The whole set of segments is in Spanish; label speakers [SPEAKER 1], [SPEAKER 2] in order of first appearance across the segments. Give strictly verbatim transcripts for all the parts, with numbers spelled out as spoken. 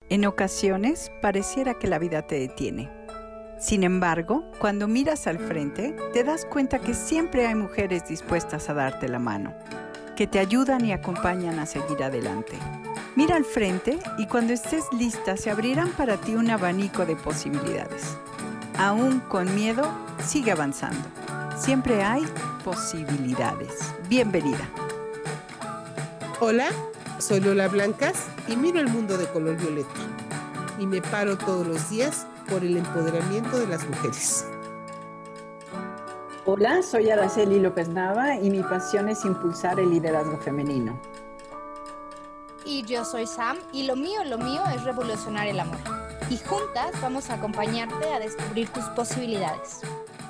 [SPEAKER 1] En ocasiones, pareciera que la vida te detiene. Sin embargo, cuando miras al frente, te das cuenta que siempre hay mujeres dispuestas a darte la mano, que te ayudan y acompañan a seguir adelante. Mira al frente y cuando estés lista se abrirán para ti un abanico de posibilidades. Aún con miedo, sigue avanzando. Siempre hay posibilidades. Bienvenida.
[SPEAKER 2] Hola, soy Lola Blancas y miro el mundo de color violeta. Y me paro todos los días por el empoderamiento de las mujeres.
[SPEAKER 3] Hola, soy Araceli López Nava y mi pasión es impulsar el liderazgo femenino.
[SPEAKER 4] Y yo soy Sam y lo mío, lo mío es revolucionar el amor. Y juntas vamos a acompañarte a descubrir tus posibilidades.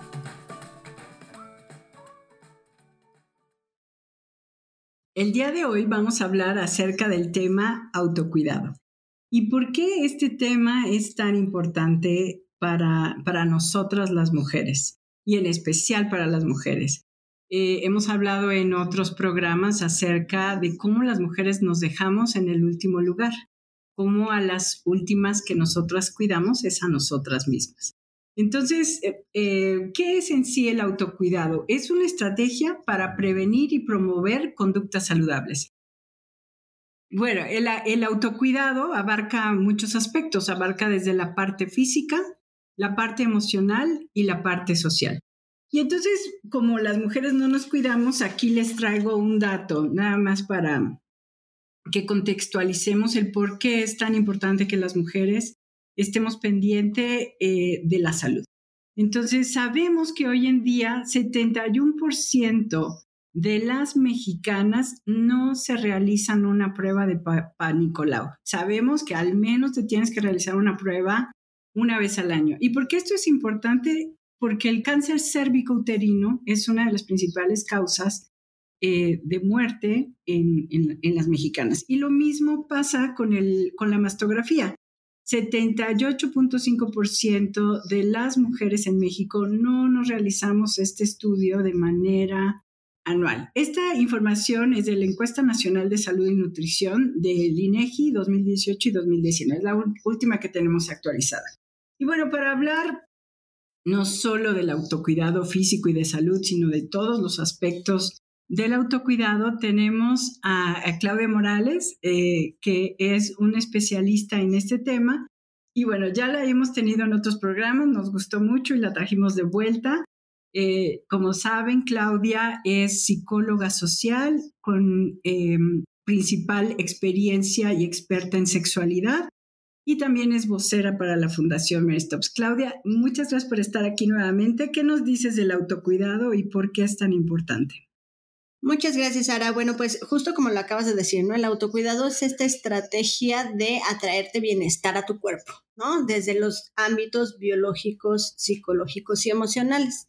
[SPEAKER 5] El día de hoy vamos a hablar acerca del tema autocuidado. ¿Y por qué este tema es tan importante para, para nosotras las mujeres? Y en especial para las mujeres. Eh, hemos hablado en otros programas acerca de cómo las mujeres nos dejamos en el último lugar. Cómo a las últimas que nosotras cuidamos es a nosotras mismas. Entonces, eh, eh, ¿qué es en sí el autocuidado? Es una estrategia para prevenir y promover conductas saludables. Bueno, el, el autocuidado abarca muchos aspectos, abarca desde la parte física, la parte emocional y la parte social. Y entonces, como las mujeres no nos cuidamos, aquí les traigo un dato, nada más para que contextualicemos el por qué es tan importante que las mujeres estemos pendientes eh, de la salud. Entonces, sabemos que hoy en día setenta y uno por ciento de las mexicanas no se realizan una prueba de Papá Nicolau. Sabemos que al menos te tienes que realizar una prueba una vez al año. ¿Y por qué esto es importante? Porque el cáncer cérvico-uterino es una de las principales causas eh, de muerte en, en, en las mexicanas. Y lo mismo pasa con, el, con la mastografía. setenta y ocho punto cinco por ciento de las mujeres en México no nos realizamos este estudio de manera anual. Esta información es de la Encuesta Nacional de Salud y Nutrición del INEGI dos mil dieciocho y dos mil diecinueve. Es la última que tenemos actualizada. Y bueno, para hablar no solo del autocuidado físico y de salud, sino de todos los aspectos del autocuidado, tenemos a, a Claudia Morales, eh, que es una especialista en este tema. Y bueno, ya la hemos tenido en otros programas, nos gustó mucho y la trajimos de vuelta. Eh, como saben, Claudia es psicóloga social con eh, principal experiencia y experta en sexualidad. Y también es vocera para la Fundación Mary Stopes. Claudia, muchas gracias por estar aquí nuevamente. ¿Qué nos dices del autocuidado y por qué es tan importante?
[SPEAKER 6] Muchas gracias, Sara. Bueno, pues justo como lo acabas de decir, ¿no? El autocuidado es esta estrategia de atraerte bienestar a tu cuerpo, ¿no? Desde los ámbitos biológicos, psicológicos y emocionales.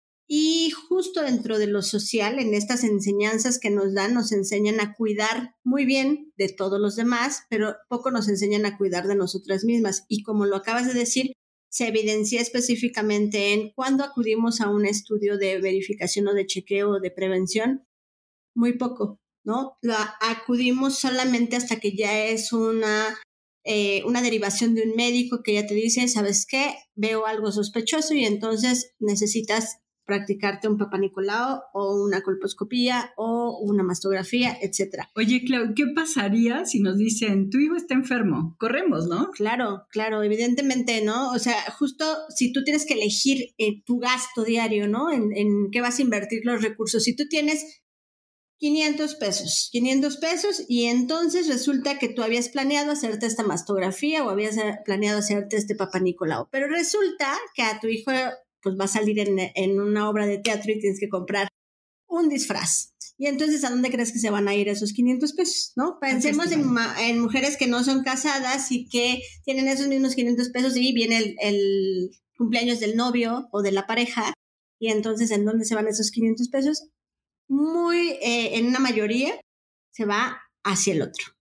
[SPEAKER 6] Y justo dentro de lo social, en estas enseñanzas que nos dan, nos enseñan a cuidar muy bien de todos los demás, pero poco nos enseñan a cuidar de nosotras mismas. Y como lo acabas de decir, se evidencia específicamente en cuando acudimos a un estudio de verificación o de chequeo o de prevención, muy poco, ¿no? Lo acudimos solamente hasta que ya es una, eh, una derivación de un médico que ya te dice, ¿sabes qué? Veo algo sospechoso y entonces necesitas practicarte un Papá Nicolau o una colposcopía o una mastografía, etcétera.
[SPEAKER 5] Oye, Clau, ¿qué pasaría si nos dicen, tu hijo está enfermo? Corremos, ¿no?
[SPEAKER 6] Claro, claro, evidentemente, ¿no? O sea, justo si tú tienes que elegir eh, tu gasto diario, ¿no? En, en qué vas a invertir los recursos. Si tú tienes quinientos pesos, quinientos pesos y entonces resulta que tú habías planeado hacerte esta mastografía o habías planeado hacerte este Papá Nicolau, pero resulta que a tu hijo pues va a salir en, en una obra de teatro y tienes que comprar un disfraz. Y entonces, ¿a dónde crees que se van a ir esos quinientos pesos? ¿No? Pensemos en, en mujeres que no son casadas y que tienen esos mismos quinientos pesos y viene el, el cumpleaños del novio o de la pareja. Y entonces, ¿en dónde se van esos quinientos pesos? Muy, eh, en una mayoría, se va hacia el otro.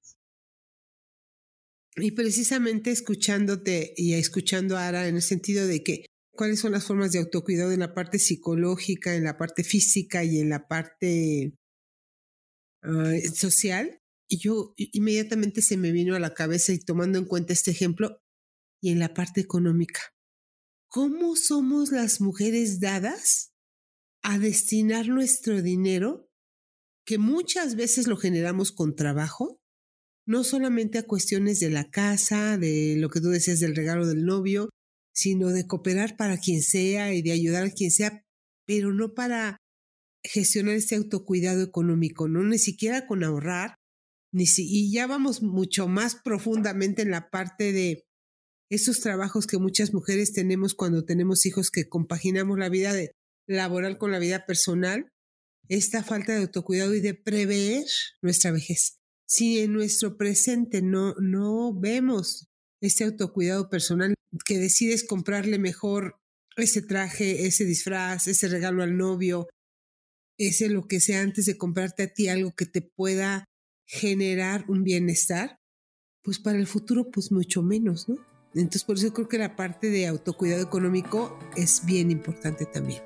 [SPEAKER 2] Y precisamente escuchándote y escuchando a Ara en el sentido de que ¿cuáles son las formas de autocuidado en la parte psicológica, en la parte física y en la parte uh, social? Y yo inmediatamente se me vino a la cabeza, y tomando en cuenta este ejemplo, y en la parte económica, ¿cómo somos las mujeres dadas a destinar nuestro dinero, que muchas veces lo generamos con trabajo, no solamente a cuestiones de la casa, de lo que tú decías del regalo del novio, sino de cooperar para quien sea y de ayudar a quien sea, pero no para gestionar este autocuidado económico, no ni siquiera con ahorrar, ni si, y ya vamos mucho más profundamente en la parte de esos trabajos que muchas mujeres tenemos cuando tenemos hijos, que compaginamos la vida de, laboral con la vida personal, esta falta de autocuidado y de prever nuestra vejez. Si en nuestro presente no, no vemos este autocuidado personal, que decides comprarle mejor ese traje, ese disfraz, ese regalo al novio, ese lo que sea, antes de comprarte a ti algo que te pueda generar un bienestar, pues para el futuro pues mucho menos, ¿no? Entonces por eso creo que la parte de autocuidado económico es bien importante también.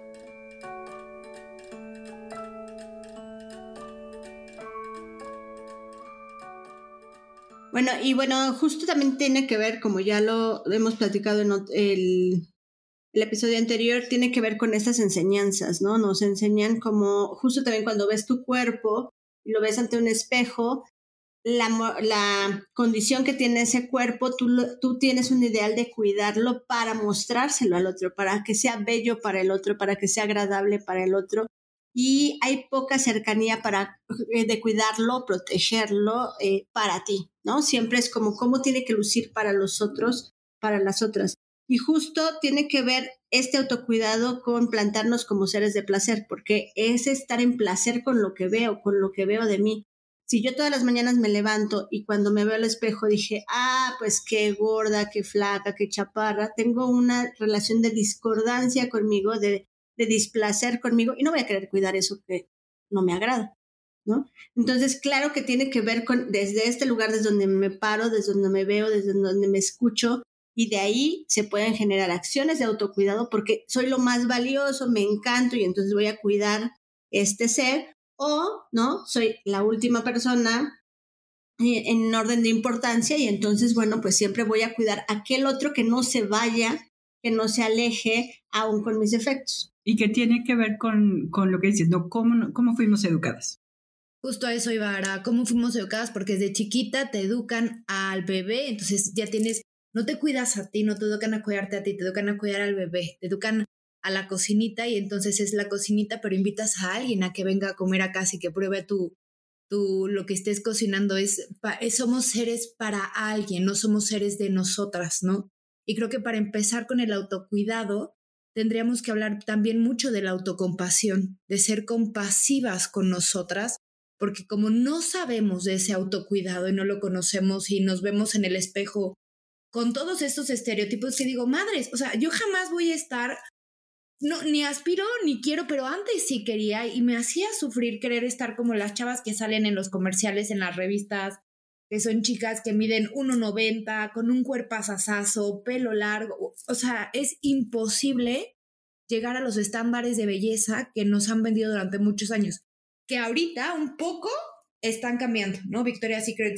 [SPEAKER 6] Bueno, y bueno, justo también tiene que ver, como ya lo hemos platicado en el, el episodio anterior, tiene que ver con estas enseñanzas, ¿no? Nos enseñan como, justo también cuando ves tu cuerpo y lo ves ante un espejo, la, la condición que tiene ese cuerpo, tú, tú tienes un ideal de cuidarlo para mostrárselo al otro, para que sea bello para el otro, para que sea agradable para el otro. Y hay poca cercanía para, eh, de cuidarlo, protegerlo eh, para ti, ¿no? Siempre es como cómo tiene que lucir para los otros, para las otras. Y justo tiene que ver este autocuidado con plantarnos como seres de placer, porque es estar en placer con lo que veo, con lo que veo de mí. Si yo todas las mañanas me levanto y cuando me veo al espejo dije, ah, pues qué gorda, qué flaca, qué chaparra, tengo una relación de discordancia conmigo, de de displacer conmigo, y no voy a querer cuidar eso que no me agrada, ¿no? Entonces, claro que tiene que ver con desde este lugar, desde donde me paro, desde donde me veo, desde donde me escucho, y de ahí se pueden generar acciones de autocuidado porque soy lo más valioso, me encanto y entonces voy a cuidar este ser, o, ¿no? Soy la última persona en orden de importancia y entonces, bueno, pues siempre voy a cuidar a aquel otro que no se vaya, que no se aleje, aún con mis defectos.
[SPEAKER 5] Y que tiene que ver con, con lo que dices, ¿no? ¿Cómo, cómo fuimos educadas?
[SPEAKER 4] Justo a eso iba, Ara, cómo fuimos educadas, porque desde chiquita te educan al bebé, entonces ya tienes, no te cuidas a ti, no te educan a cuidarte a ti, te educan a cuidar al bebé, te educan a la cocinita y entonces es la cocinita, pero invitas a alguien a que venga a comer a casa y que pruebe tu, tu lo que estés cocinando. Es, es somos seres para alguien, no somos seres de nosotras, ¿no? Y creo que para empezar con el autocuidado, tendríamos que hablar también mucho de la autocompasión, de ser compasivas con nosotras, porque como no sabemos de ese autocuidado y no lo conocemos y nos vemos en el espejo con todos estos estereotipos que digo, madres, o sea, yo jamás voy a estar, no, ni aspiro ni quiero, pero antes sí quería y me hacía sufrir querer estar como las chavas que salen en los comerciales, en las revistas, que son chicas que miden uno noventa, con un cuerpazazazo, pelo largo. O sea, es imposible llegar a los estándares de belleza que nos han vendido durante muchos años, que ahorita un poco están cambiando, ¿no? Victoria's Secret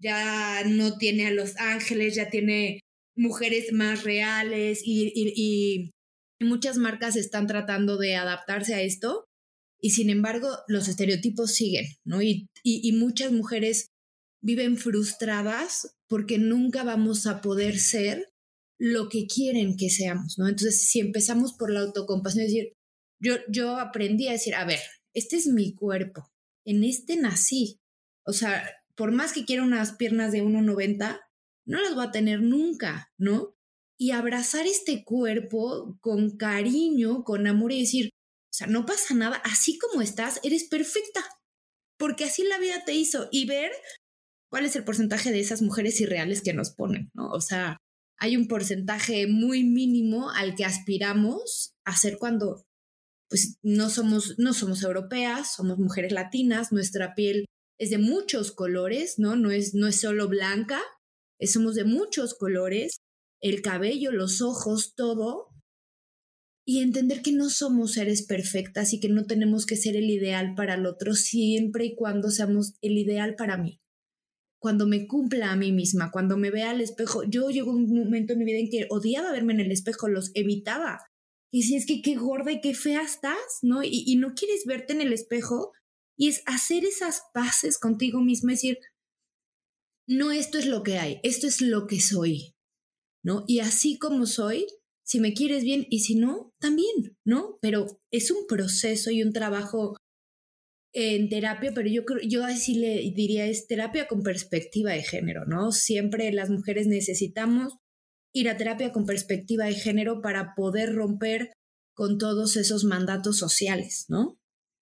[SPEAKER 4] ya no tiene a Los Ángeles, ya tiene mujeres más reales y, y, y muchas marcas están tratando de adaptarse a esto y sin embargo los estereotipos siguen, ¿no? Y, y, y muchas mujeres viven frustradas porque nunca vamos a poder ser lo que quieren que seamos, ¿no? Entonces, si empezamos por la autocompasión, es decir, yo, yo aprendí a decir, a ver, este es mi cuerpo, en este nací. O sea, por más que quiera unas piernas de uno noventa, no las voy a tener nunca, ¿no? Y abrazar este cuerpo con cariño, con amor y decir, o sea, no pasa nada, así como estás, eres perfecta, porque así la vida te hizo. Y ver cuál es el porcentaje de esas mujeres irreales que nos ponen, ¿no? O sea, hay un porcentaje muy mínimo al que aspiramos a ser cuando pues no somos, no somos europeas, somos mujeres latinas, nuestra piel es de muchos colores, ¿no? No es, no es solo blanca, es, somos de muchos colores, el cabello, los ojos, todo. Y entender que no somos seres perfectas y que no tenemos que ser el ideal para el otro siempre y cuando seamos el ideal para mí. cuando me cumpla a mí misma, cuando me vea al espejo. Yo llegó un momento en mi vida en que odiaba verme en el espejo, los evitaba. Y si es que qué gorda y qué fea estás, ¿no? Y, y no quieres verte en el espejo. Y es hacer esas paces contigo misma, es decir, no, esto es lo que hay, esto es lo que soy, ¿no? Y así como soy, si me quieres bien y si no, también, ¿no? Pero es un proceso y un trabajo en terapia, pero yo creo, yo así le diría, es terapia con perspectiva de género, ¿no? Siempre las mujeres necesitamos ir a terapia con perspectiva de género para poder romper con todos esos mandatos sociales, ¿no?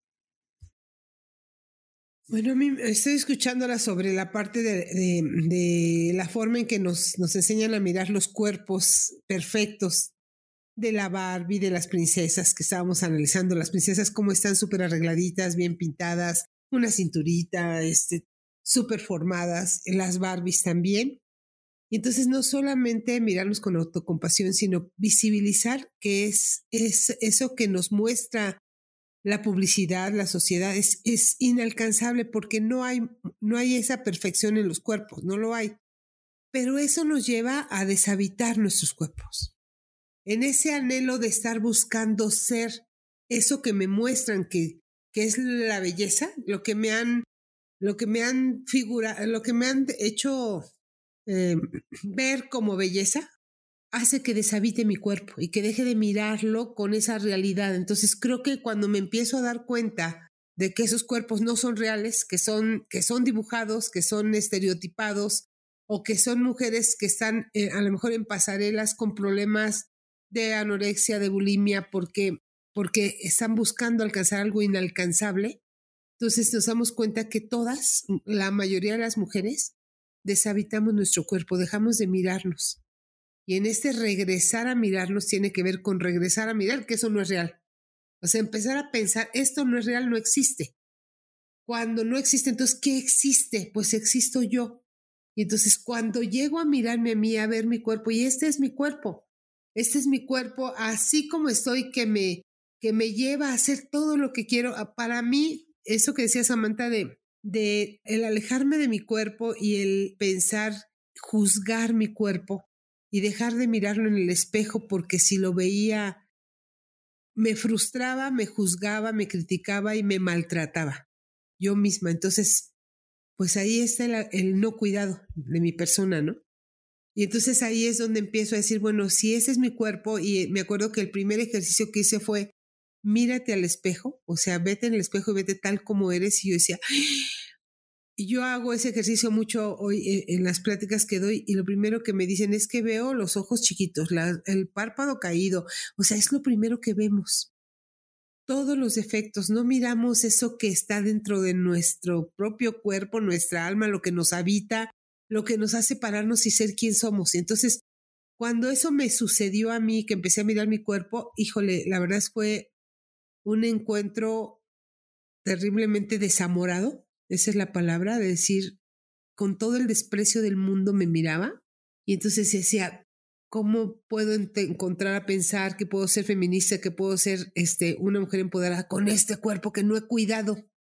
[SPEAKER 2] Bueno, a mí estoy escuchándola sobre la parte de, de, de la forma en que nos, nos enseñan a mirar los cuerpos perfectos de la Barbie, de las princesas que estábamos analizando, las princesas cómo están súper arregladitas, bien pintadas, una cinturita, este, súper formadas, las Barbies también. Y entonces no solamente mirarnos con autocompasión, sino visibilizar que es, es eso que nos muestra la publicidad, la sociedad, es, es inalcanzable porque no hay, no hay esa perfección en los cuerpos, no lo hay. Pero eso nos lleva a deshabitar nuestros cuerpos. En ese anhelo de estar buscando ser eso que me muestran que, que es la belleza, lo que me han, lo que me han figurado, lo que me han hecho eh, ver como belleza, hace que deshabite mi cuerpo y que deje de mirarlo con esa realidad. Entonces creo que cuando me empiezo a dar cuenta de que esos cuerpos no son reales, que son, que son dibujados, que son estereotipados, o que son mujeres que están eh, a lo mejor en pasarelas con problemas de anorexia, de bulimia, porque, porque están buscando alcanzar algo inalcanzable. Entonces nos damos cuenta que todas, la mayoría de las mujeres, deshabitamos nuestro cuerpo, dejamos de mirarnos. Y en este regresar a mirarnos tiene que ver con regresar a mirar que eso no es real. O sea, empezar a pensar, esto no es real, no existe. Cuando no existe, entonces, ¿qué existe? Pues existo yo. Y entonces cuando llego a mirarme a mí, a ver mi cuerpo, y este es mi cuerpo, este es mi cuerpo así como estoy, que me, que me lleva a hacer todo lo que quiero. Para mí, eso que decía Samantha de, de el alejarme de mi cuerpo y el pensar, juzgar mi cuerpo, y dejar de mirarlo en el espejo porque si lo veía me frustraba, me juzgaba, me criticaba y me maltrataba yo misma. Entonces, pues ahí está el, el no cuidado de mi persona, ¿no? Y entonces ahí es donde empiezo a decir, bueno, si ese es mi cuerpo, y me acuerdo que el primer ejercicio que hice fue mírate al espejo, o sea, vete en el espejo y vete tal como eres. Y yo decía, y yo hago ese ejercicio mucho hoy en las pláticas que doy, y lo primero que me dicen es que veo los ojos chiquitos, la, el párpado caído. O sea, es lo primero que vemos. Todos los defectos, no miramos eso que está dentro de nuestro propio cuerpo, nuestra alma, lo que nos habita, lo que nos hace pararnos y ser quien somos. Y entonces, cuando eso me sucedió a mí, que empecé a mirar mi cuerpo, híjole, la verdad fue un encuentro terriblemente desamorado. Esa es la palabra, de decir, con todo el desprecio del mundo me miraba. Y entonces decía, ¿cómo puedo ent- encontrar a pensar que puedo ser feminista, que puedo ser este, una mujer empoderada con este cuerpo que no he cuidado?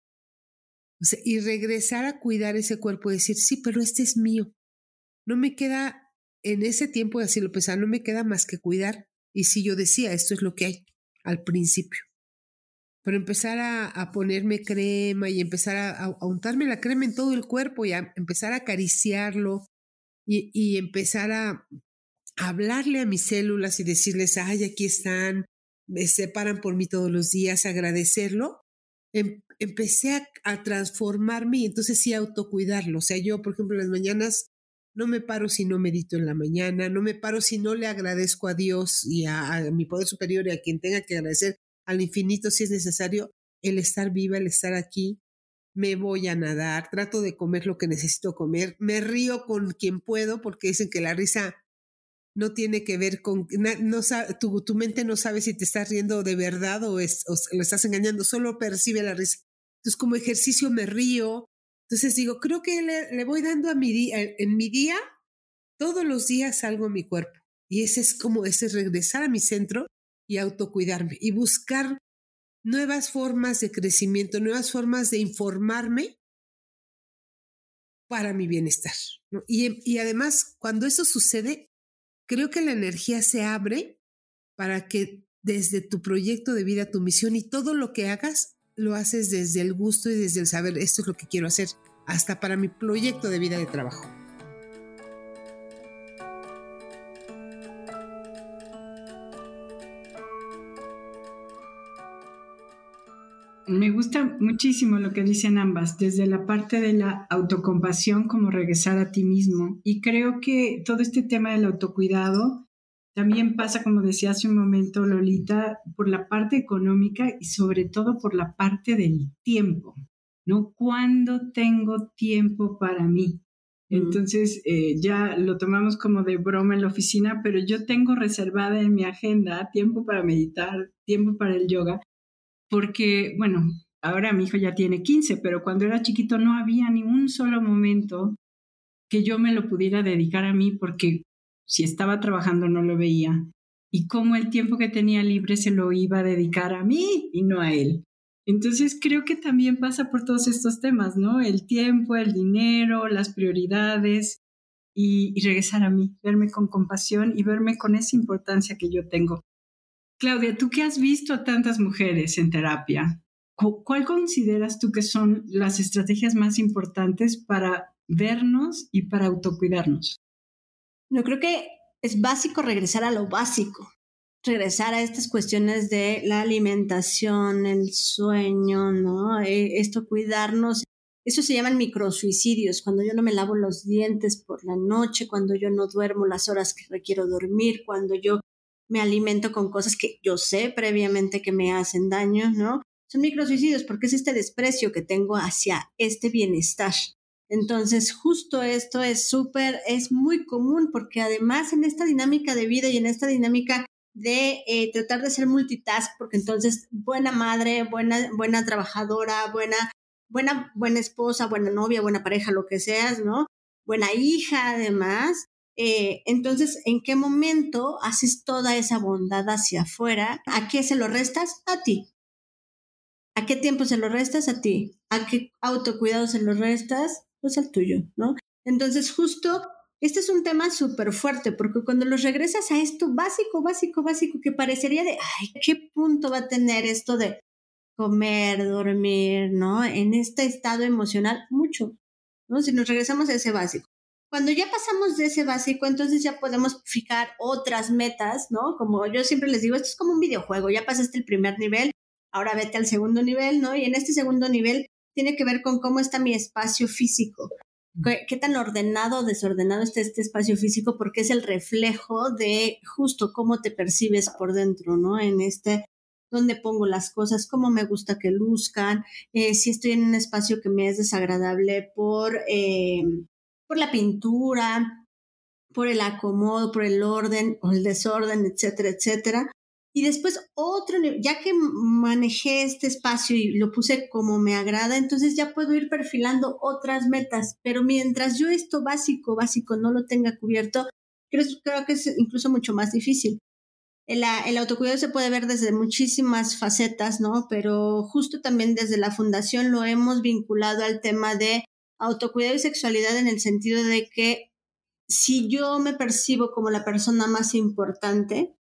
[SPEAKER 2] O sea, y regresar a cuidar ese cuerpo y decir, sí, pero este es mío. No me queda, en ese tiempo de así lo pensaba, no me queda más que cuidar. Y si yo decía, esto es lo que hay al principio. Pero empezar a, a ponerme crema y empezar a, a, a untarme la crema en todo el cuerpo y a empezar a acariciarlo y, y empezar a, a hablarle a mis células y decirles, ay, aquí están, me separan por mí todos los días, agradecerlo. Em, empecé a, a transformarme y entonces sí autocuidarlo. O sea, yo, por ejemplo, en las mañanas no me paro si no medito en la mañana, no me paro si no le agradezco a Dios y a, a mi poder superior y a quien tenga que agradecer, al infinito si es necesario, el estar viva, el estar aquí. Me voy a nadar, trato de comer lo que necesito comer, me río con quien puedo porque dicen que la risa no tiene que ver con, no, no, tu, tu mente no sabe si te estás riendo de verdad o, es, o lo estás engañando, solo percibe la risa. Entonces como ejercicio me río, entonces digo, creo que le, le voy dando a mi día, en mi día, todos los días salgo a mi cuerpo y ese es como, ese es regresar a mi centro y autocuidarme y buscar nuevas formas de crecimiento, nuevas formas de informarme para mi bienestar, ¿no? Y, y además, cuando eso sucede, creo que la energía se abre para que desde tu proyecto de vida, tu misión y todo lo que hagas, lo haces desde el gusto y desde el saber, esto es lo que quiero hacer, hasta para mi proyecto de vida de trabajo.
[SPEAKER 5] Me gusta muchísimo lo que dicen ambas, desde la parte de la autocompasión, como regresar a ti mismo. Y creo que todo este tema del autocuidado también pasa, como decía hace un momento Lolita, por la parte económica y sobre todo por la parte del tiempo, ¿no? ¿Cuándo tengo tiempo para mí? Entonces, eh, ya lo tomamos como de broma en la oficina, pero yo tengo reservada en mi agenda tiempo para meditar, tiempo para el yoga, porque, bueno, ahora mi hijo ya tiene quince, pero cuando era chiquito no había ni un solo momento que yo me lo pudiera dedicar a mí, porque si estaba trabajando no lo veía. Y como el tiempo que tenía libre se lo iba a dedicar a mí y no a él. Entonces creo que también pasa por todos estos temas, ¿no? El tiempo, el dinero, las prioridades y, y regresar a mí, verme con compasión y verme con esa importancia que yo tengo. Claudia, tú que has visto a tantas mujeres en terapia, ¿cuál consideras tú que son las estrategias más importantes para vernos y para autocuidarnos?
[SPEAKER 6] Yo creo que es básico regresar a lo básico, regresar a estas cuestiones de la alimentación, el sueño, ¿no? Esto, cuidarnos. Eso se llaman microsuicidios, cuando yo no me lavo los dientes por la noche, cuando yo no duermo las horas que requiero dormir, cuando yo me alimento con cosas que yo sé previamente que me hacen daño, ¿no? Son microsuicidios porque es este desprecio que tengo hacia este bienestar. Entonces, justo esto es súper, es muy común porque además en esta dinámica de vida y en esta dinámica de eh, tratar de ser multitask, porque entonces buena madre, buena, buena trabajadora, buena, buena, buena esposa, buena novia, buena pareja, lo que seas, ¿no? Buena hija además. Eh, entonces, ¿en qué momento haces toda esa bondad hacia afuera? ¿A qué se lo restas? A ti. ¿A qué tiempo se lo restas? A ti. ¿A qué autocuidado se lo restas? Pues al tuyo, ¿no? Entonces, justo, este es un tema súper fuerte, porque cuando los regresas a esto básico, básico, básico, que parecería de, ay, ¿qué punto va a tener esto de comer, dormir, ¿no? En este estado emocional, mucho, ¿no? Si nos regresamos a ese básico. Cuando ya pasamos de ese básico, entonces ya podemos fijar otras metas, ¿no? Como yo siempre les digo, esto es como un videojuego, ya pasaste el primer nivel, ahora vete al segundo nivel, ¿no? Y en este segundo nivel tiene que ver con cómo está mi espacio físico, qué, qué tan ordenado o desordenado está este espacio físico, porque es el reflejo de justo cómo te percibes por dentro, ¿no? En este, dónde pongo las cosas, cómo me gusta que luzcan, eh, si estoy en un espacio que me es desagradable por... Eh, por la pintura, por el acomodo, por el orden o el desorden, etcétera, etcétera. Y después otro, ya que manejé este espacio y lo puse como me agrada, entonces ya puedo ir perfilando otras metas. Pero mientras yo esto básico, básico no lo tenga cubierto, creo, creo que es incluso mucho más difícil. El, el autocuidado se puede ver desde muchísimas facetas, ¿no? Pero justo también desde la fundación lo hemos vinculado al tema de autocuidado y sexualidad, en el sentido de que si yo me percibo como la persona más importante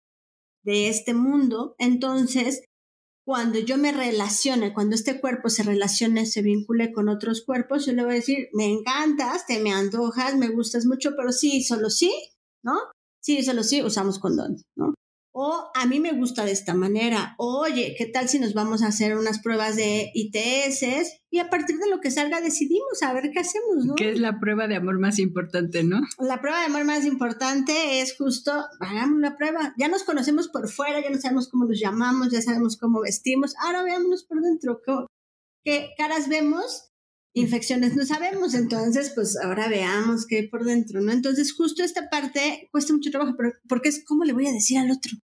[SPEAKER 6] de este mundo, entonces cuando yo me relacione, cuando este cuerpo se relacione, se vincule con otros cuerpos, yo le voy a decir, me encantas, te me antojas, me gustas mucho, pero sí, solo sí, ¿no? Sí, solo sí, usamos condón, ¿no? O a mí me gusta de esta manera. Oye, ¿qué tal si nos vamos a hacer unas pruebas de I T S? Y a partir de lo que salga decidimos a ver qué hacemos, ¿no?
[SPEAKER 5] ¿Qué es la prueba de amor más importante, no?
[SPEAKER 6] La prueba de amor más importante es justo, hagamos la prueba. Ya nos conocemos por fuera, ya no sabemos cómo nos llamamos, ya sabemos cómo vestimos. Ahora veámonos por dentro. ¿Qué caras vemos? Infecciones no sabemos, entonces pues ahora veamos qué hay por dentro, ¿no? Entonces justo esta parte cuesta mucho trabajo, pero porque es cómo le voy a decir al otro,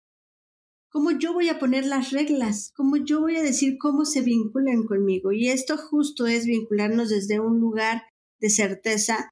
[SPEAKER 6] cómo yo voy a poner las reglas, cómo yo voy a decir cómo se vinculan conmigo. Y esto justo es vincularnos desde un lugar de certeza,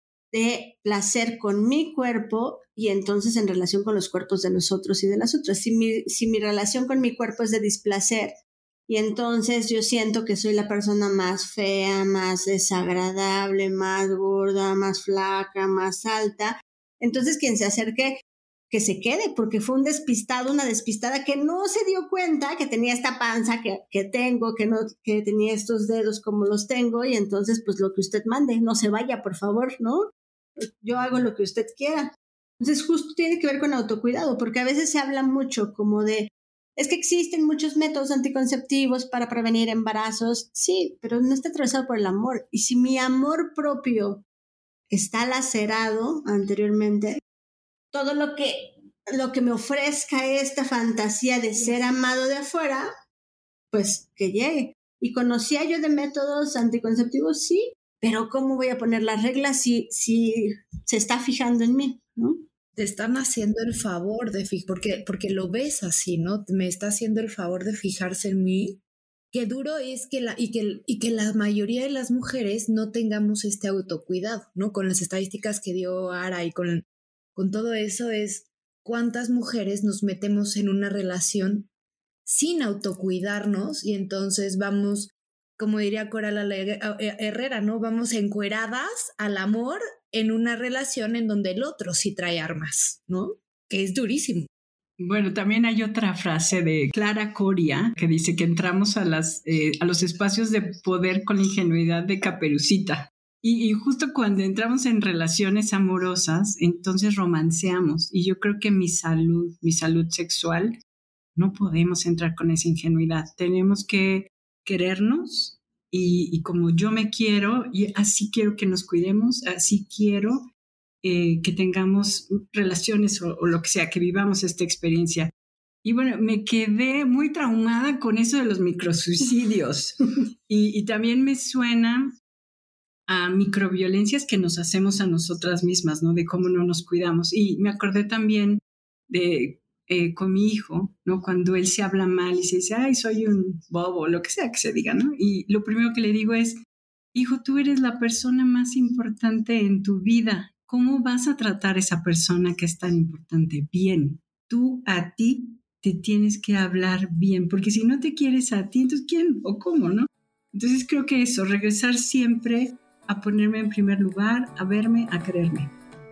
[SPEAKER 6] de placer con mi cuerpo, y entonces en relación con los cuerpos de los otros y de las otras. Si mi, si mi relación con mi cuerpo es de displacer, y entonces yo siento que soy la persona más fea, más desagradable, más gorda, más flaca, más alta. Entonces quien se acerque, que se quede, porque fue un despistado, una despistada que no se dio cuenta que tenía esta panza que, que tengo, que, no, que tenía estos dedos como los tengo, y entonces pues lo que usted mande, no se vaya, por favor, ¿no? Yo hago lo que usted quiera. Entonces justo tiene que ver con autocuidado, porque a veces se habla mucho como de, es que existen muchos métodos anticonceptivos para prevenir embarazos. Sí, pero no está atravesado por el amor. Y si mi amor propio está lacerado anteriormente, todo lo que, lo que me ofrezca esta fantasía de ser amado de afuera, pues que llegue. ¿Y conocía yo de métodos anticonceptivos? Sí, pero ¿cómo voy a poner las reglas si, si se está fijando en mí, ¿no?
[SPEAKER 4] Te están haciendo el favor de fijar, porque, porque lo ves así, ¿no? Me está haciendo el favor de fijarse en mí. Qué duro es que la, y, que, y que la mayoría de las mujeres no tengamos este autocuidado, ¿no? Con las estadísticas que dio Ara y con, con todo eso es cuántas mujeres nos metemos en una relación sin autocuidarnos y entonces vamos, como diría Coral Herrera, ¿no? Vamos encueradas al amor en una relación en donde el otro sí trae armas, ¿no? Que es durísimo.
[SPEAKER 5] Bueno, también hay otra frase de Clara Coria que dice que entramos a, las, eh, a los espacios de poder con la ingenuidad de Caperucita. Y, y justo cuando entramos en relaciones amorosas, entonces romanceamos. Y yo creo que mi salud, mi salud sexual, no podemos entrar con esa ingenuidad. Tenemos que querernos y, y como yo me quiero, y así quiero que nos cuidemos, así quiero eh, que tengamos relaciones o, o lo que sea, que vivamos esta experiencia. Y bueno, me quedé muy traumada con eso de los microsuicidios. y, y también me suena a microviolencias que nos hacemos a nosotras mismas, ¿no? De cómo no nos cuidamos. Y me acordé también de eh, con mi hijo, ¿no? Cuando él se habla mal y se dice, ay, soy un bobo, lo que sea que se diga, ¿no? Y lo primero que le digo es, hijo, tú eres la persona más importante en tu vida. ¿Cómo vas a tratar a esa persona que es tan importante? Bien. Tú a ti te tienes que hablar bien, porque si no te quieres a ti, entonces ¿quién o cómo, no? Entonces creo que eso, regresar siempre a ponerme en primer lugar, a verme, a quererme.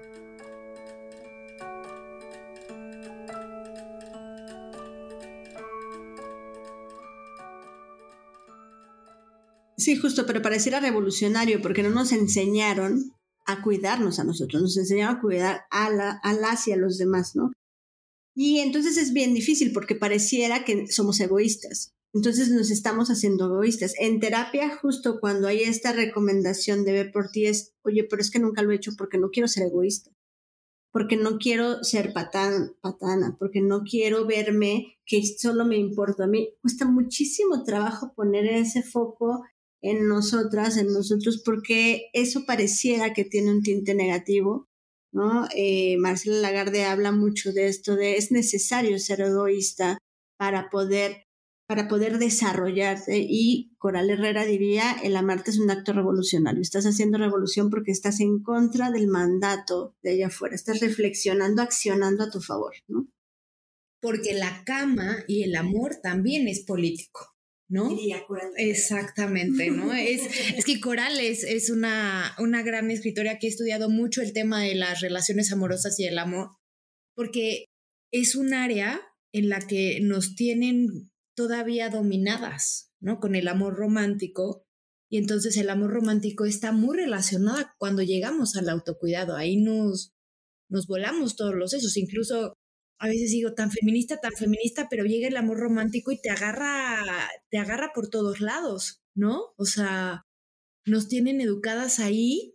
[SPEAKER 6] Sí, justo, pero pareciera revolucionario porque no nos enseñaron a cuidarnos a nosotros, nos enseñaron a cuidar a, la, a las y a los demás, ¿no? Y entonces es bien difícil porque pareciera que somos egoístas. Entonces nos estamos haciendo egoístas. En terapia, justo cuando hay esta recomendación de ve por ti es, oye, pero es que nunca lo he hecho porque no quiero ser egoísta, porque no quiero ser patán, patana, porque no quiero verme que solo me importa a mí. Cuesta muchísimo trabajo poner ese foco en nosotras, en nosotros, porque eso pareciera que tiene un tinte negativo, ¿no? Eh, Marcela Lagarde habla mucho de esto, de es necesario ser egoísta para poder, para poder desarrollarte, y Coral Herrera diría, el amarte es un acto revolucionario, estás haciendo revolución porque estás en contra del mandato de allá afuera, estás reflexionando, accionando a tu favor, ¿no?
[SPEAKER 4] Porque la cama y el amor también es político, ¿no?
[SPEAKER 6] Diría Coral.
[SPEAKER 4] Exactamente, ¿no? es, es que Coral es, es una, una gran escritora que ha estudiado mucho el tema de las relaciones amorosas y el amor, porque es un área en la que nos tienen todavía dominadas, ¿no? Con el amor romántico, y entonces el amor romántico está muy relacionado cuando llegamos al autocuidado, ahí nos, nos volamos todos los sesos, incluso a veces digo, tan feminista, tan feminista, pero llega el amor romántico y te agarra, te agarra por todos lados, ¿no? O sea, nos tienen educadas ahí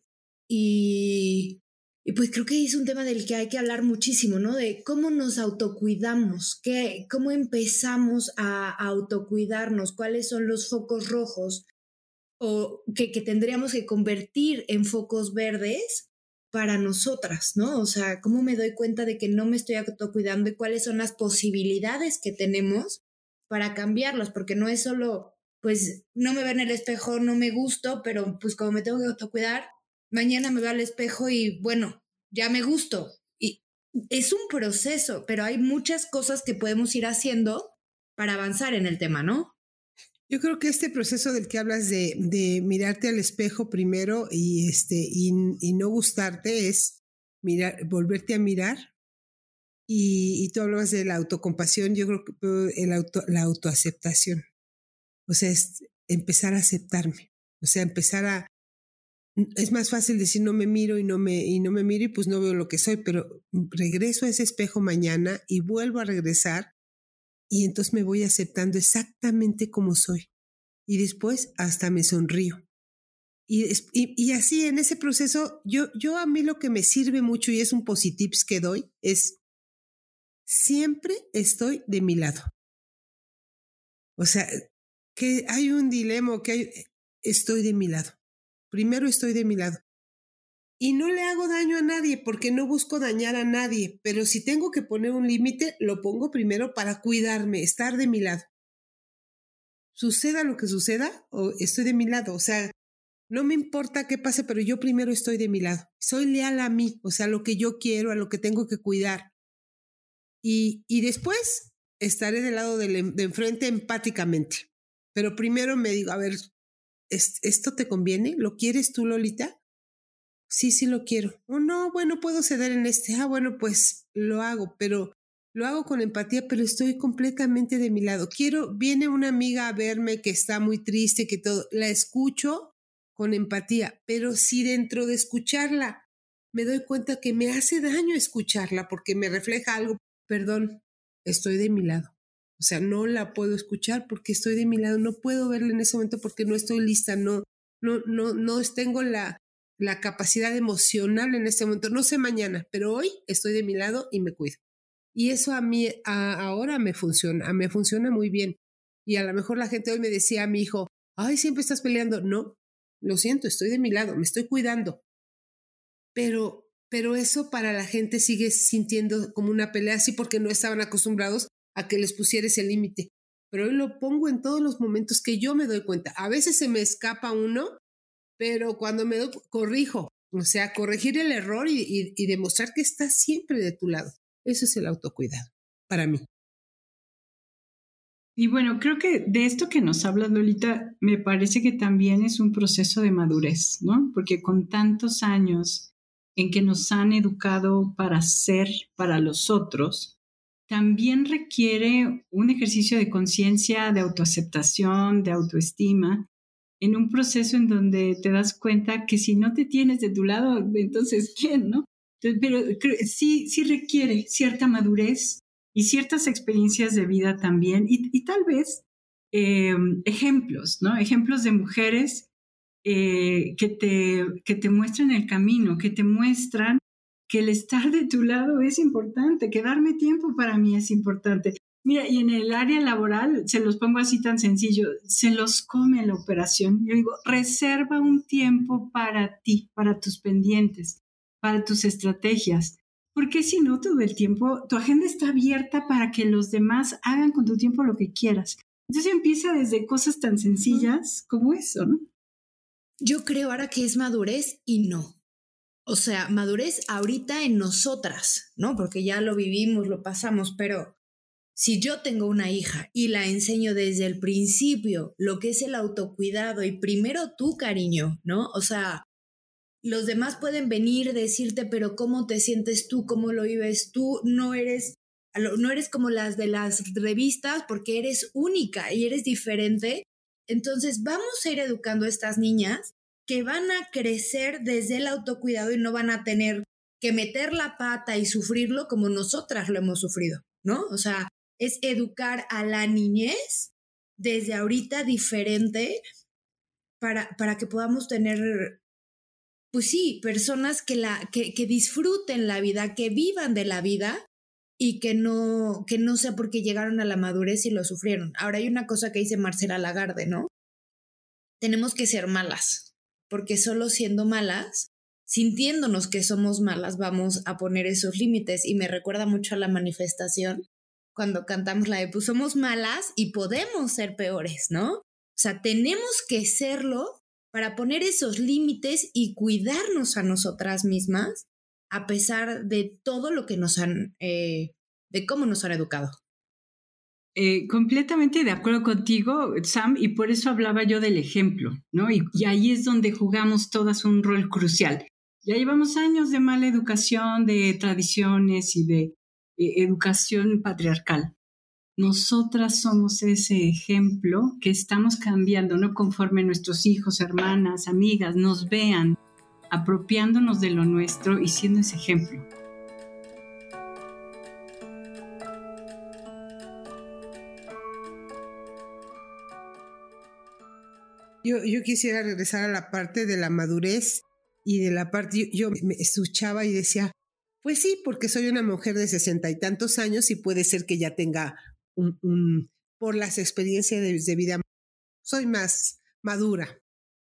[SPEAKER 4] y, y pues creo que es un tema del que hay que hablar muchísimo, ¿no? De cómo nos autocuidamos, qué, cómo empezamos a, a autocuidarnos, cuáles son los focos rojos o que, que tendríamos que convertir en focos verdes para nosotras, ¿no? O sea, ¿cómo me doy cuenta de que no me estoy autocuidando y cuáles son las posibilidades que tenemos para cambiarlas? Porque no es solo, pues, no me veo en el espejo, no me gusto, pero pues como me tengo que autocuidar, mañana me veo al espejo y bueno, ya me gusto. Y es un proceso, pero hay muchas cosas que podemos ir haciendo para avanzar en el tema, ¿no?
[SPEAKER 2] Yo creo que este proceso del que hablas de, de mirarte al espejo primero y, este, y, y no gustarte es mirar, volverte a mirar. Y, y tú hablabas de la autocompasión, yo creo que el auto, la autoaceptación. O sea, es empezar a aceptarme. O sea, empezar a... Es más fácil decir no me miro y no me, y no me miro y pues no veo lo que soy, pero regreso a ese espejo mañana y vuelvo a regresar y entonces me voy aceptando exactamente como soy. Y después hasta me sonrío. Y, y, y así en ese proceso, yo, yo a mí lo que me sirve mucho y es un positips que doy es siempre estoy de mi lado. O sea, que hay un dilema, que hay, estoy de mi lado. Primero estoy de mi lado. Y no le hago daño a nadie porque no busco dañar a nadie, pero si tengo que poner un límite, lo pongo primero para cuidarme, estar de mi lado. Suceda lo que suceda, o estoy de mi lado. O sea, no me importa qué pase, pero yo primero estoy de mi lado. Soy leal a mí, o sea, a lo que yo quiero, a lo que tengo que cuidar. Y, y después estaré del lado de, de enfrente empáticamente. Pero primero me digo, a ver, ¿esto te conviene? ¿Lo quieres tú, Lolita? Sí, sí lo quiero. O oh, no, bueno, puedo ceder en este. Ah, bueno, pues lo hago, pero lo hago con empatía, pero estoy completamente de mi lado. Quiero, viene una amiga a verme que está muy triste, que todo, la escucho con empatía, pero si dentro de escucharla me doy cuenta que me hace daño escucharla porque me refleja algo, perdón, estoy de mi lado. O sea, no la puedo escuchar porque estoy de mi lado, no puedo verla en ese momento porque no estoy lista, no, no, no, no tengo la, la capacidad emocional en este momento, no sé mañana, pero hoy estoy de mi lado y me cuido. Y eso a mí a, ahora me funciona, me funciona muy bien. Y a lo mejor la gente hoy me decía a mi hijo, ay, siempre estás peleando. No, lo siento, estoy de mi lado, me estoy cuidando. Pero, pero eso para la gente sigue sintiendo como una pelea así porque no estaban acostumbrados a que les pusiera ese límite. Pero hoy lo pongo en todos los momentos que yo me doy cuenta. A veces se me escapa uno, pero cuando me doy, corrijo. O sea, corregir el error y, y, y demostrar que estás siempre de tu lado. Eso es el autocuidado, para mí.
[SPEAKER 5] Y bueno, creo que de esto que nos hablas, Lolita, me parece que también es un proceso de madurez, ¿no? Porque con tantos años en que nos han educado para ser para los otros, también requiere un ejercicio de conciencia, de autoaceptación, de autoestima, en un proceso en donde te das cuenta que si no te tienes de tu lado, entonces ¿quién, no? Pero sí, sí requiere cierta madurez y ciertas experiencias de vida también y, y tal vez eh, ejemplos, ¿no? Ejemplos de mujeres eh, que, te, que te muestran el camino, que te muestran que el estar de tu lado es importante, que darme tiempo para mí es importante. Mira, y en el área laboral, se los pongo así tan sencillo, se los come la operación. Yo digo, reserva un tiempo para ti, para tus pendientes, para tus estrategias, porque si no, todo el tiempo, tu agenda está abierta para que los demás hagan con tu tiempo lo que quieras. Entonces empieza desde cosas tan sencillas como eso, ¿no?
[SPEAKER 4] Yo creo ahora que es madurez y no. O sea, madurez ahorita en nosotras, ¿no? Porque ya lo vivimos, lo pasamos, pero si yo tengo una hija y la enseño desde el principio lo que es el autocuidado y primero tú, cariño, ¿no? O sea, los demás pueden venir, decirte, pero ¿cómo te sientes tú? ¿Cómo lo vives tú? No eres, no eres como las de las revistas porque eres única y eres diferente. Entonces vamos a ir educando a estas niñas que van a crecer desde el autocuidado y no van a tener que meter la pata y sufrirlo como nosotras lo hemos sufrido, ¿no? O sea, es educar a la niñez desde ahorita diferente para, para que podamos tener, pues sí, personas que, la, que, que disfruten la vida, que vivan de la vida y que no, que no sea porque llegaron a la madurez y lo sufrieron. Ahora hay una cosa que dice Marcela Lagarde, ¿no? Tenemos que ser malas, porque solo siendo malas, sintiéndonos que somos malas, vamos a poner esos límites. Y me recuerda mucho a la manifestación cuando cantamos la de pues somos malas y podemos ser peores, ¿no? O sea, tenemos que serlo para poner esos límites y cuidarnos a nosotras mismas a pesar de todo lo que nos han, eh, de cómo nos han educado.
[SPEAKER 5] Eh, completamente de acuerdo contigo, Sam, y por eso hablaba yo del ejemplo, ¿no? Y, y ahí es donde jugamos todas un rol crucial. Ya llevamos años de mala educación, de tradiciones y de eh, educación patriarcal. Nosotras somos ese ejemplo que estamos cambiando, ¿no? Conforme nuestros hijos, hermanas, amigas nos vean apropiándonos de lo nuestro y siendo ese ejemplo.
[SPEAKER 2] Yo, yo quisiera regresar a la parte de la madurez y de la parte, yo, yo me escuchaba y decía, pues sí, porque soy una mujer de sesenta y tantos años y puede ser que ya tenga un, un por las experiencias de, de vida, soy más madura.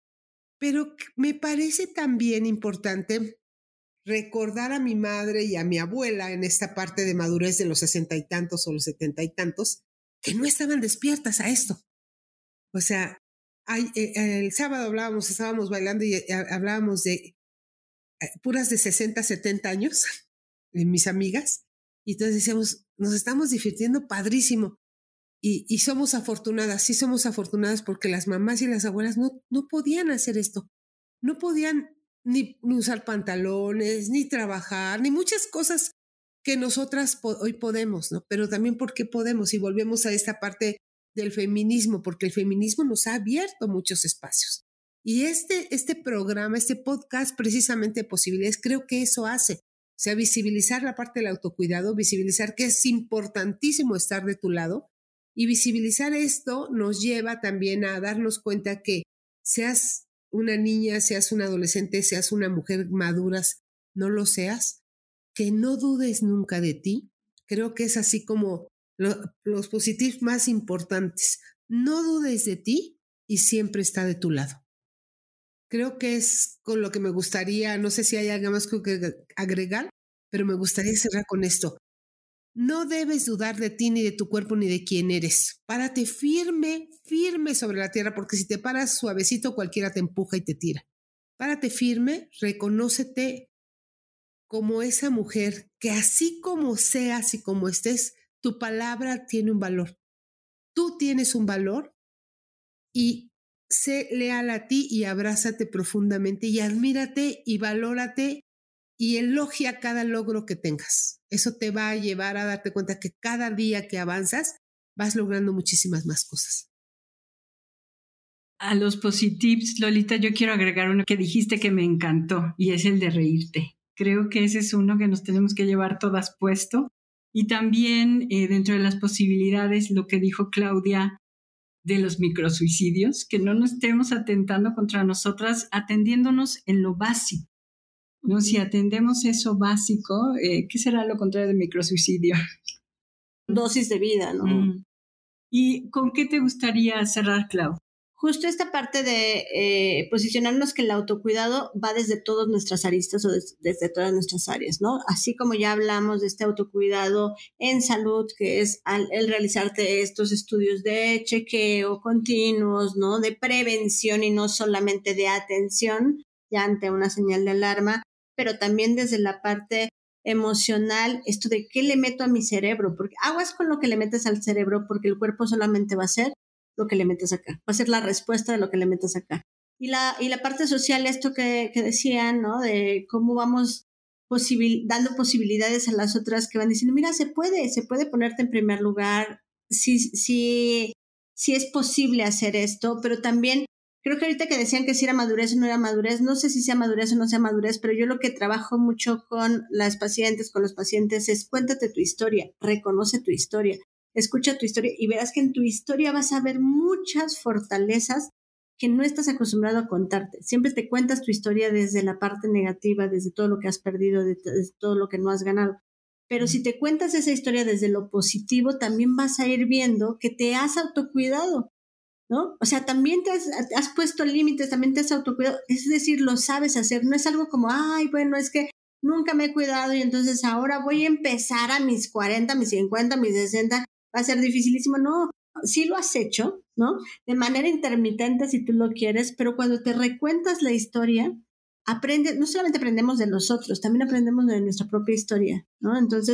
[SPEAKER 2] Pero me parece también importante recordar a mi madre y a mi abuela en esta parte de madurez de los sesenta y tantos o los setenta y tantos, que no estaban despiertas a esto. O sea, Ay, eh, el sábado hablábamos, estábamos bailando y eh, hablábamos de eh, puras de sesenta, setenta años, de mis amigas, y entonces decíamos, nos estamos divirtiendo padrísimo, y, y somos afortunadas, sí somos afortunadas porque las mamás y las abuelas no, no podían hacer esto, no podían ni, ni usar pantalones, ni trabajar, ni muchas cosas que nosotras po- hoy podemos, ¿no? Pero también porque podemos, y volvemos a esta parte del feminismo, porque el feminismo nos ha abierto muchos espacios. Y este, este programa, este podcast precisamente de posibilidades, creo que eso hace. O sea, visibilizar la parte del autocuidado, visibilizar que es importantísimo estar de tu lado, y visibilizar esto nos lleva también a darnos cuenta que seas una niña, seas una adolescente, seas una mujer madura, no lo seas, que no dudes nunca de ti. Creo que es así como Lo, los positivos más importantes. No dudes de ti y siempre está de tu lado. Creo que es con lo que me gustaría, no sé si hay algo más que agregar, pero me gustaría cerrar con esto. No debes dudar de ti, ni de tu cuerpo, ni de quién eres. Párate firme, firme sobre la tierra, porque si te paras suavecito, cualquiera te empuja y te tira. Párate firme, reconócete como esa mujer que así como seas y como estés, tu palabra tiene un valor. Tú tienes un valor y sé leal a ti y abrázate profundamente y admírate y valórate y elogia cada logro que tengas. Eso te va a llevar a darte cuenta que cada día que avanzas vas logrando muchísimas más cosas.
[SPEAKER 5] A los positives, Lolita, yo quiero agregar uno que dijiste que me encantó y es el de reírte. Creo que ese es uno que nos tenemos que llevar todas puesto. Y también eh, dentro de las posibilidades, lo que dijo Claudia de los microsuicidios, que no nos estemos atentando contra nosotras, atendiéndonos en lo básico, ¿no? Si atendemos eso básico, eh, ¿qué será lo contrario de microsuicidio?
[SPEAKER 6] Dosis de vida, ¿no?
[SPEAKER 5] Mm. ¿Y con qué te gustaría cerrar, Clau?
[SPEAKER 6] Justo esta parte de eh, posicionarnos que el autocuidado va desde todas nuestras aristas o des, desde todas nuestras áreas, ¿no? Así como ya hablamos de este autocuidado en salud, que es al, el realizarte estos estudios de chequeo continuos, ¿no? De prevención y no solamente de atención ya ante una señal de alarma, pero también desde la parte emocional, esto de qué le meto a mi cerebro, porque aguas con lo que le metes al cerebro, porque el cuerpo solamente va a ser lo que le metes acá, va a ser la respuesta de lo que le metes acá. Y la, y la parte social, esto que, que decían, ¿no? De cómo vamos posibil, dando posibilidades a las otras que van diciendo, mira, se puede, se puede ponerte en primer lugar, sí, sí, sí es posible hacer esto, pero también creo que ahorita que decían que si era madurez o no era madurez, no sé si sea madurez o no sea madurez, pero yo lo que trabajo mucho con las pacientes, con los pacientes, es cuéntate tu historia, reconoce tu historia. Escucha tu historia y verás que en tu historia vas a ver muchas fortalezas que no estás acostumbrado a contarte. Siempre te cuentas tu historia desde la parte negativa, desde todo lo que has perdido, desde todo lo que no has ganado. Pero si te cuentas esa historia desde lo positivo, también vas a ir viendo que te has autocuidado, ¿no? O sea, también te has, has puesto límites, también te has autocuidado. Es decir, lo sabes hacer. No es algo como, ay, bueno, es que nunca me he cuidado y entonces ahora voy a empezar a mis cuarenta, mis cincuenta, mis sesenta. Va a ser dificilísimo. No, sí lo has hecho, ¿no? De manera intermitente si tú lo quieres, pero cuando te recuentas la historia, aprendes, no solamente aprendemos de los otros, también aprendemos de nuestra propia historia, ¿no? Entonces,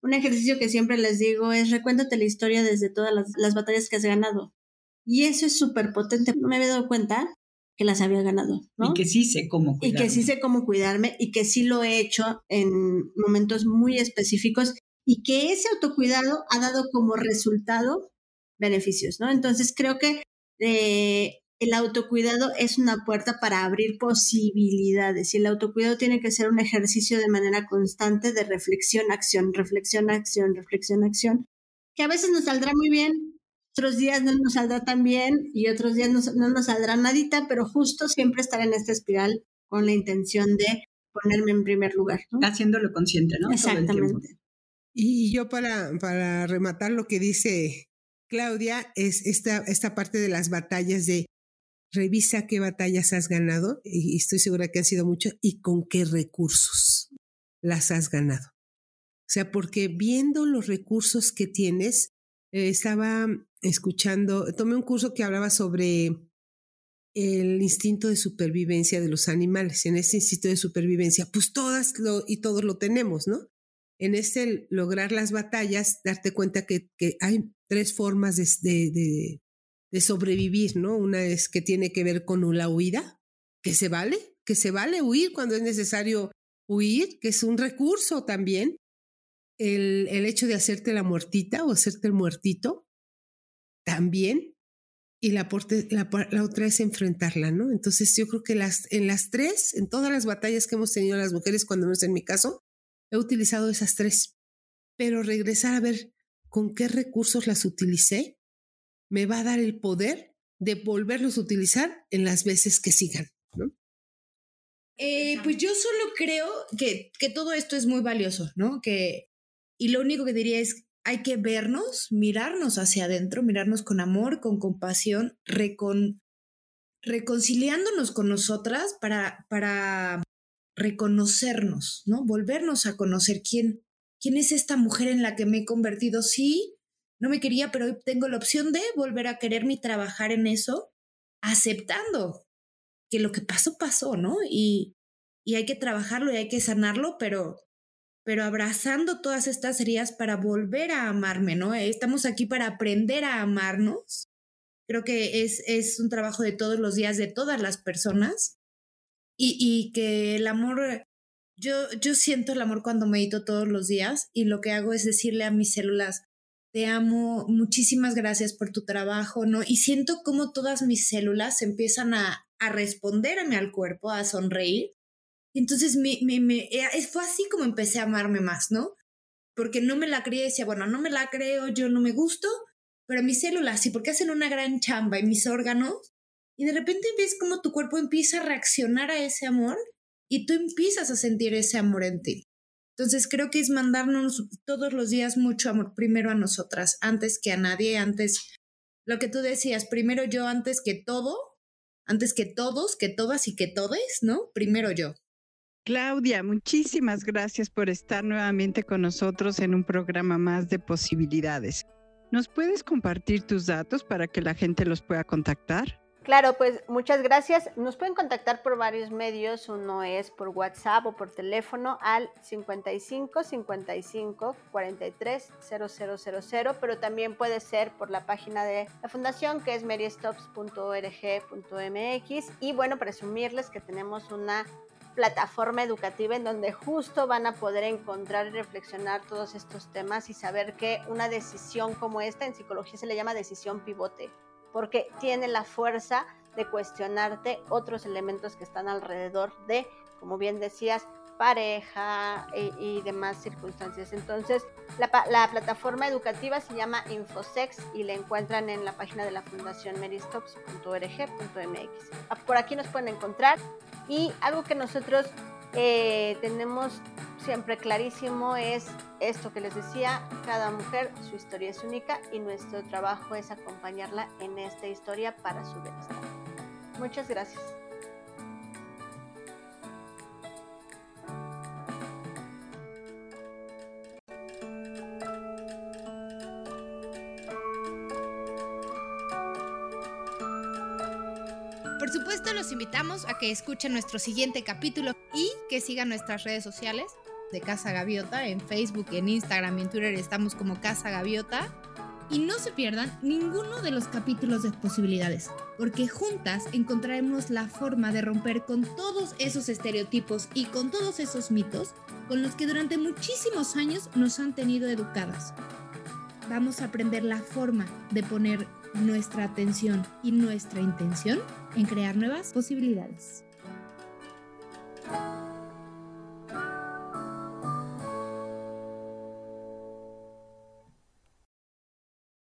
[SPEAKER 6] un ejercicio que siempre les digo es recuéntate la historia desde todas las, las batallas que has ganado. Y eso es súper potente. No me había dado cuenta que las había ganado, ¿no?
[SPEAKER 5] Y que sí sé cómo cuidarme.
[SPEAKER 6] Y que sí sé cómo cuidarme y que sí lo he hecho en momentos muy específicos y que ese autocuidado ha dado como resultado beneficios, ¿no? Entonces creo que eh, el autocuidado es una puerta para abrir posibilidades y el autocuidado tiene que ser un ejercicio de manera constante de reflexión, acción, reflexión, acción, reflexión, acción, que a veces nos saldrá muy bien, otros días no nos saldrá tan bien y otros días no, no nos saldrá nadita, pero justo siempre estar en esta espiral con la intención de ponerme en primer lugar, ¿no?
[SPEAKER 5] Haciéndolo consciente, ¿no?
[SPEAKER 6] Exactamente.
[SPEAKER 2] Y yo para, para rematar lo que dice Claudia, es esta, esta parte de las batallas de revisa qué batallas has ganado, y estoy segura que han sido muchas, y con qué recursos las has ganado. O sea, porque viendo los recursos que tienes, eh, estaba escuchando, tomé un curso que hablaba sobre el instinto de supervivencia de los animales. En ese instinto de supervivencia, pues todas lo, y todos lo tenemos, ¿no? En este lograr las batallas, darte cuenta que, que hay tres formas de, de, de, de sobrevivir, ¿no? Una es que tiene que ver con la huida, que se vale, que se vale huir cuando es necesario huir, que es un recurso también. El, el hecho de hacerte la muertita o hacerte el muertito, también. Y la, porte, la, la otra es enfrentarla, ¿no? Entonces yo creo que las, en las tres, en todas las batallas que hemos tenido las mujeres, cuando no es en mi caso, he utilizado esas tres. Pero regresar a ver con qué recursos las utilicé me va a dar el poder de volverlos a utilizar en las veces que sigan, ¿no?
[SPEAKER 4] Eh, pues yo solo creo que, que todo esto es muy valioso, ¿no? Que, y lo único que diría es, hay que vernos, mirarnos hacia adentro, mirarnos con amor, con compasión, recon, reconciliándonos con nosotras para, para reconocernos, ¿no? Volvernos a conocer quién, quién es esta mujer en la que me he convertido. Sí, no me quería, pero hoy tengo la opción de volver a quererme y trabajar en eso, aceptando que lo que pasó, pasó, ¿no? Y, y hay que trabajarlo y hay que sanarlo, pero, pero abrazando todas estas heridas para volver a amarme, ¿no? Estamos aquí para aprender a amarnos. Creo que es, es un trabajo de todos los días, de todas las personas. Y, y que el amor, yo, yo siento el amor cuando medito todos los días y lo que hago es decirle a mis células, te amo, muchísimas gracias por tu trabajo, ¿no? Y siento como todas mis células empiezan a, a responderme al cuerpo, a sonreír. Y entonces me, me, me, fue así como empecé a amarme más, ¿no? Porque no me la creía, decía, bueno, no me la creo, yo no me gusto, pero mis células sí, porque hacen una gran chamba y mis órganos. Y de repente ves cómo tu cuerpo empieza a reaccionar a ese amor y tú empiezas a sentir ese amor en ti. Entonces creo que es mandarnos todos los días mucho amor primero a nosotras, antes que a nadie, antes, lo que tú decías, primero yo antes que todo, antes que todos, que todas y que todes, ¿no? Primero yo.
[SPEAKER 1] Claudia, muchísimas gracias por estar nuevamente con nosotros en un programa más de posibilidades. ¿Nos puedes compartir tus datos para que la gente los pueda contactar?
[SPEAKER 6] Claro, pues muchas gracias. Nos pueden contactar por varios medios. Uno es por WhatsApp o por teléfono al cincuenta y cinco, cincuenta y cinco, cuarenta y tres, cero cero cero cero, pero también puede ser por la página de la fundación, que es mary stops punto org punto m x. Y bueno, presumirles que tenemos una plataforma educativa en donde justo van a poder encontrar y reflexionar todos estos temas y saber que una decisión como esta en psicología se le llama decisión pivote, porque tiene la fuerza de cuestionarte otros elementos que están alrededor de, como bien decías, pareja y, y demás circunstancias. Entonces, la, la plataforma educativa se llama Infosex y la encuentran en la página de la Fundación mary stops punto org punto m x. Por aquí nos pueden encontrar. Y algo que nosotros eh, tenemos siempre clarísimo es esto que les decía, cada mujer, su historia es única y nuestro trabajo es acompañarla en esta historia para su bienestar. Muchas gracias.
[SPEAKER 7] Por supuesto, los invitamos a que escuchen nuestro siguiente capítulo y que sigan nuestras redes sociales de Casa Gaviota. En Facebook, en Instagram y en Twitter estamos como Casa Gaviota. Y no se pierdan ninguno de los capítulos de Posibilidades, porque juntas encontraremos la forma de romper con todos esos estereotipos y con todos esos mitos con los que durante muchísimos años nos han tenido educadas. Vamos a aprender la forma de poner nuestra atención y nuestra intención en crear nuevas posibilidades.